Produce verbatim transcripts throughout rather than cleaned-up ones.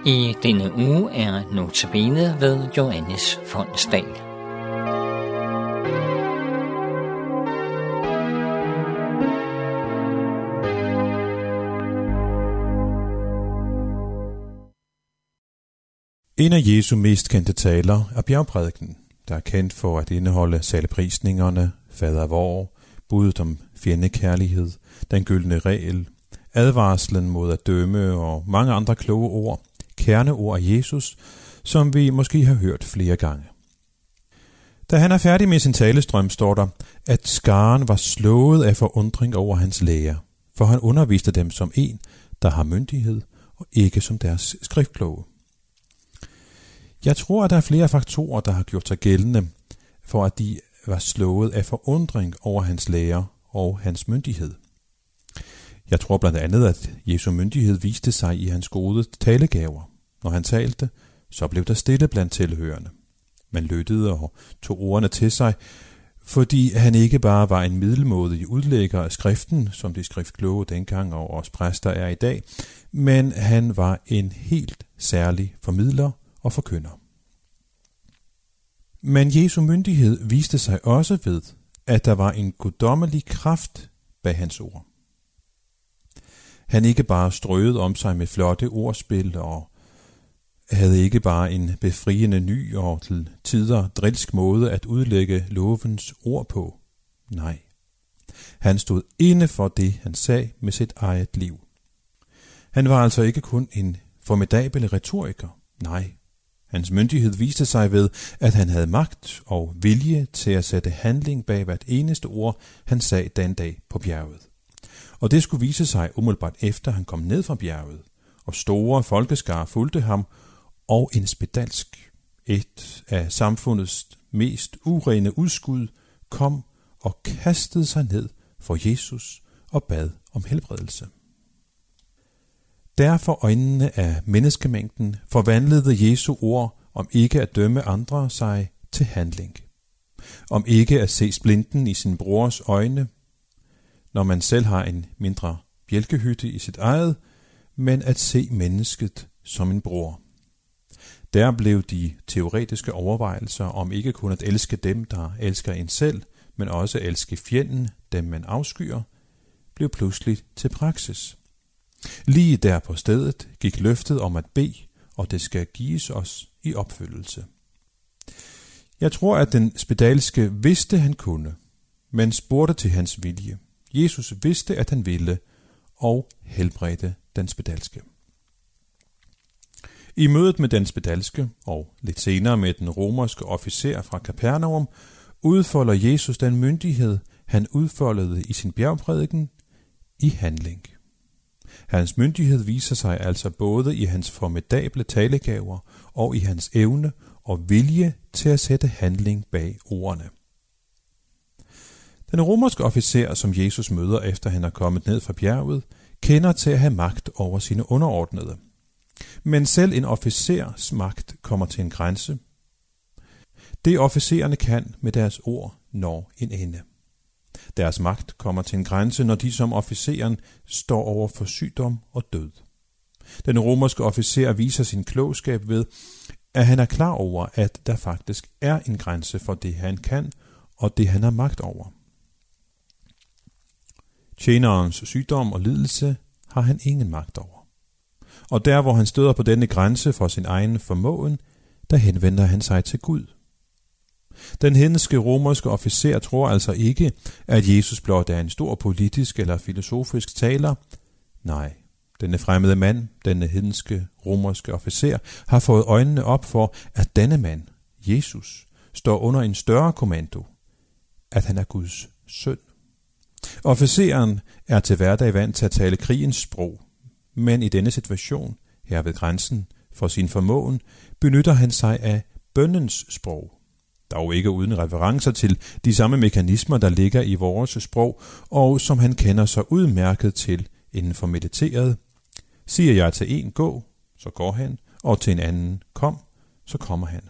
I denne uge er notabene ved Johannes Fonsdal. En af Jesu mest kendte taler er bjergprædiken, der er kendt for at indeholde saligprisningerne, fader vor, budet om fjendekærlighed, den gyldne regel, advarslen mod at dømme og mange andre kloge ord, kerneord af Jesus, som vi måske har hørt flere gange. Da han er færdig med sin talestrøm, står der, at skaren var slået af forundring over hans lære, for han underviste dem som en, der har myndighed, og ikke som deres skriftkloge. Jeg tror, at der er flere faktorer, der har gjort sig gældende, for at de var slået af forundring over hans lære og hans myndighed. Jeg tror blandt andet, at Jesu myndighed viste sig i hans gode talegaver. Når han talte, så blev der stille blandt tilhørende. Man lyttede og tog ordene til sig, fordi han ikke bare var en middelmådig udlægger af skriften, som de skriftkloge dengang og os præster er i dag, men han var en helt særlig formidler og forkynder. Men Jesu myndighed viste sig også ved, at der var en guddommelig kraft bag hans ord. Han ikke bare strøede om sig med flotte ordspil og havde ikke bare en befriende ny og til tider drilsk måde at udlægge lovens ord på. Nej, han stod inde for det, han sagde med sit eget liv. Han var altså ikke kun en formidabel retoriker. Nej, hans myndighed viste sig ved, at han havde magt og vilje til at sætte handling bag hvert eneste ord, han sagde den dag på bjerget. Og det skulle vise sig umiddelbart efter han kom ned fra bjerget, og store folkeskare fulgte ham, og en spedalsk, et af samfundets mest urene udskud, kom og kastede sig ned for Jesus og bad om helbredelse. Derfor øjnene af menneskemængden forvandlede Jesu ord om ikke at dømme andre sig til handling. Om ikke at se splinten i sin brors øjne, når man selv har en mindre bjælkehytte i sit eget, men at se mennesket som en bror. Der blev de teoretiske overvejelser om ikke kun at elske dem, der elsker en selv, men også elske fjenden, dem man afskyer, blev pludselig til praksis. Lige der på stedet gik løftet om at bede, og det skal gives os i opfyldelse. Jeg tror, at den spedalske vidste, han kunne, men spurgte til hans vilje. Jesus vidste, at han ville, og helbredte den spedalske. I mødet med den spedalske, og lidt senere med den romerske officer fra Kapernaum, udfolder Jesus den myndighed, han udfoldede i sin bjergprædiken, i handling. Hans myndighed viser sig altså både i hans formidable talegaver og i hans evne og vilje til at sætte handling bag ordene. Den romerske officer, som Jesus møder efter han er kommet ned fra bjerget, kender til at have magt over sine underordnede. Men selv en officers magt kommer til en grænse. Det officererne kan med deres ord når en ende. Deres magt kommer til en grænse, når de som officeren står over for sygdom og død. Den romerske officer viser sin klogskab ved, at han er klar over, at der faktisk er en grænse for det, han kan, og det, han har magt over. Tjenerens sygdom og lidelse har han ingen magt over. Og der, hvor han støder på denne grænse for sin egen formåen, der henvender han sig til Gud. Den hedenske romerske officer tror altså ikke, at Jesus blot er en stor politisk eller filosofisk taler. Nej, denne fremmede mand, denne hedenske romerske officer, har fået øjnene op for, at denne mand, Jesus, står under en større kommando, at han er Guds søn. Officeren er til hverdag vant til at tale krigens sprog, men i denne situation, her ved grænsen for sin formåen, benytter han sig af bønnens sprog. Dog ikke uden referencer til de samme mekanismer, der ligger i vores sprog, og som han kender sig udmærket til inden for mediteret. Siger jeg til en gå, så går han, og til en anden kom, så kommer han.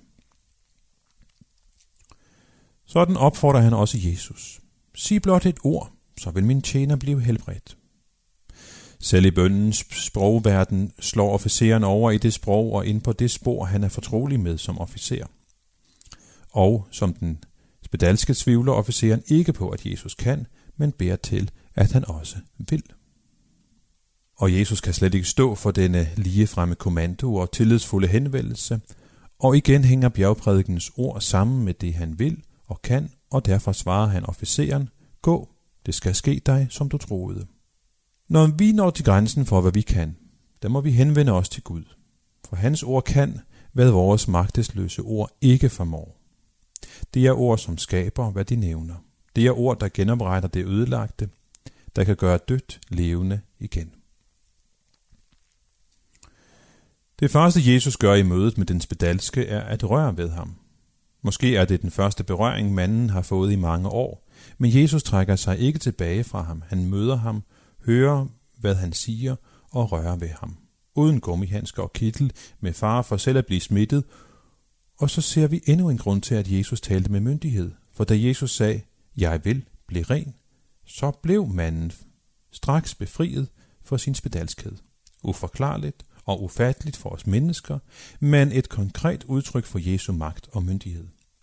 Sådan opfordrer han også Jesus. Sig blot et ord, så vil min tjener blive helbredt. Selv i bønnens sprogverden slår officeren over i det sprog og ind på det spor, han er fortrolig med som officer. Og som den spedalske tvivler officeren ikke på, at Jesus kan, men beder til, at han også vil. Og Jesus kan slet ikke stå for denne ligefremme kommando og tillidsfulde henvendelse, og igen hænger bjergprædikens ord sammen med det, han vil og kan, og derfor svarer han officeren, gå, det skal ske dig, som du troede. Når vi når til grænsen for, hvad vi kan, der må vi henvende os til Gud, for hans ord kan, hvad vores magtesløse ord ikke formår. Det er ord, som skaber, hvad de nævner. Det er ord, der genopretter det ødelagte, der kan gøre dødt levende igen. Det første, Jesus gør i mødet med den spedalske, er at røre ved ham. Måske er det den første berøring, manden har fået i mange år, men Jesus trækker sig ikke tilbage fra ham. Han møder ham, hører, hvad han siger og rører ved ham. Uden gummihandsker og kittel, med fare for selv at blive smittet. Og så ser vi endnu en grund til, at Jesus talte med myndighed. For da Jesus sagde, jeg vil blive ren, så blev manden straks befriet for sin spedalskhed. Uforklarligt og ufatteligt for os mennesker, men et konkret udtryk for Jesu magt og myndighed.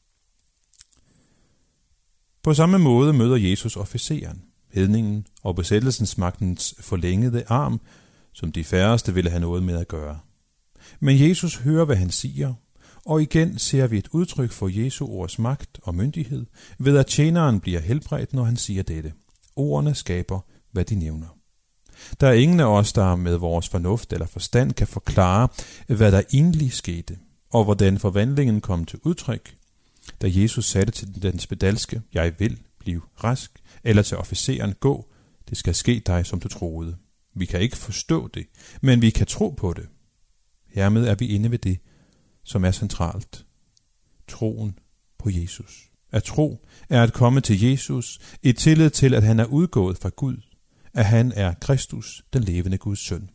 På samme måde møder Jesus officeren, hedningen og besættelsesmagtens forlængede arm, som de færreste ville have noget med at gøre. Men Jesus hører, hvad han siger, og igen ser vi et udtryk for Jesu ords magt og myndighed, ved at tjeneren bliver helbredt, når han siger dette. Ordene skaber, hvad de nævner. Der er ingen af os, der med vores fornuft eller forstand kan forklare, hvad der egentlig skete, og hvordan forvandlingen kom til udtryk, da Jesus sagde til den spedalske, jeg vil blive rask, eller til officeren, gå, det skal ske dig, som du troede. Vi kan ikke forstå det, men vi kan tro på det. Hermed er vi inde ved det, som er centralt. Troen på Jesus. At tro er at komme til Jesus i tillid til, at han er udgået fra Gud, at han er Kristus, den levende Guds søn.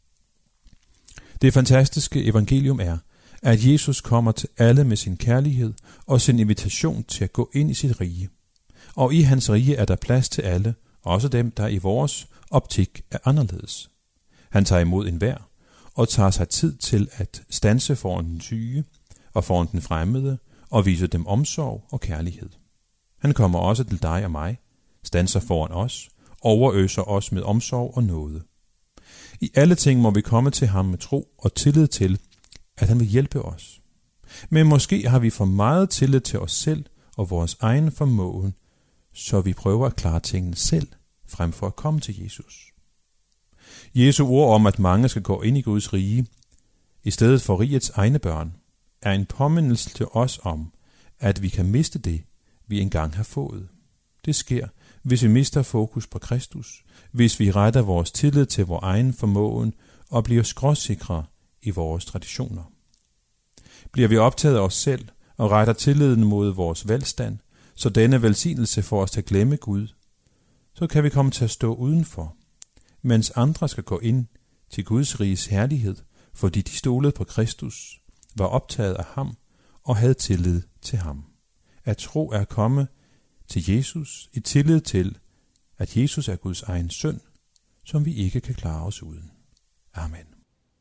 Det fantastiske evangelium er, at Jesus kommer til alle med sin kærlighed og sin invitation til at gå ind i sit rige. Og i hans rige er der plads til alle, også dem, der i vores optik er anderledes. Han tager imod enhver og tager sig tid til at standse foran den syge og foran den fremmede og vise dem omsorg og kærlighed. Han kommer også til dig og mig, standser foran os, overøser os med omsorg og nåde. I alle ting må vi komme til ham med tro og tillid til, at han vil hjælpe os. Men måske har vi for meget tillid til os selv og vores egen formåen, så vi prøver at klare tingene selv, frem for at komme til Jesus. Jesu ord om, at mange skal gå ind i Guds rige, i stedet for rigets egne børn, er en påmindelse til os om, at vi kan miste det, vi engang har fået. Det sker, hvis vi mister fokus på Kristus, hvis vi retter vores tillid til vores egen formåen og bliver skråsikre i vores traditioner. Bliver vi optaget af os selv og retter tilliden mod vores velstand, så denne velsignelse får os til at glemme Gud, så kan vi komme til at stå udenfor, mens andre skal gå ind til Guds riges herlighed, fordi de stolede på Kristus, var optaget af ham og havde tillid til ham. At tro er at komme til Jesus i tillid til, at Jesus er Guds egen søn, som vi ikke kan klare os uden. Amen.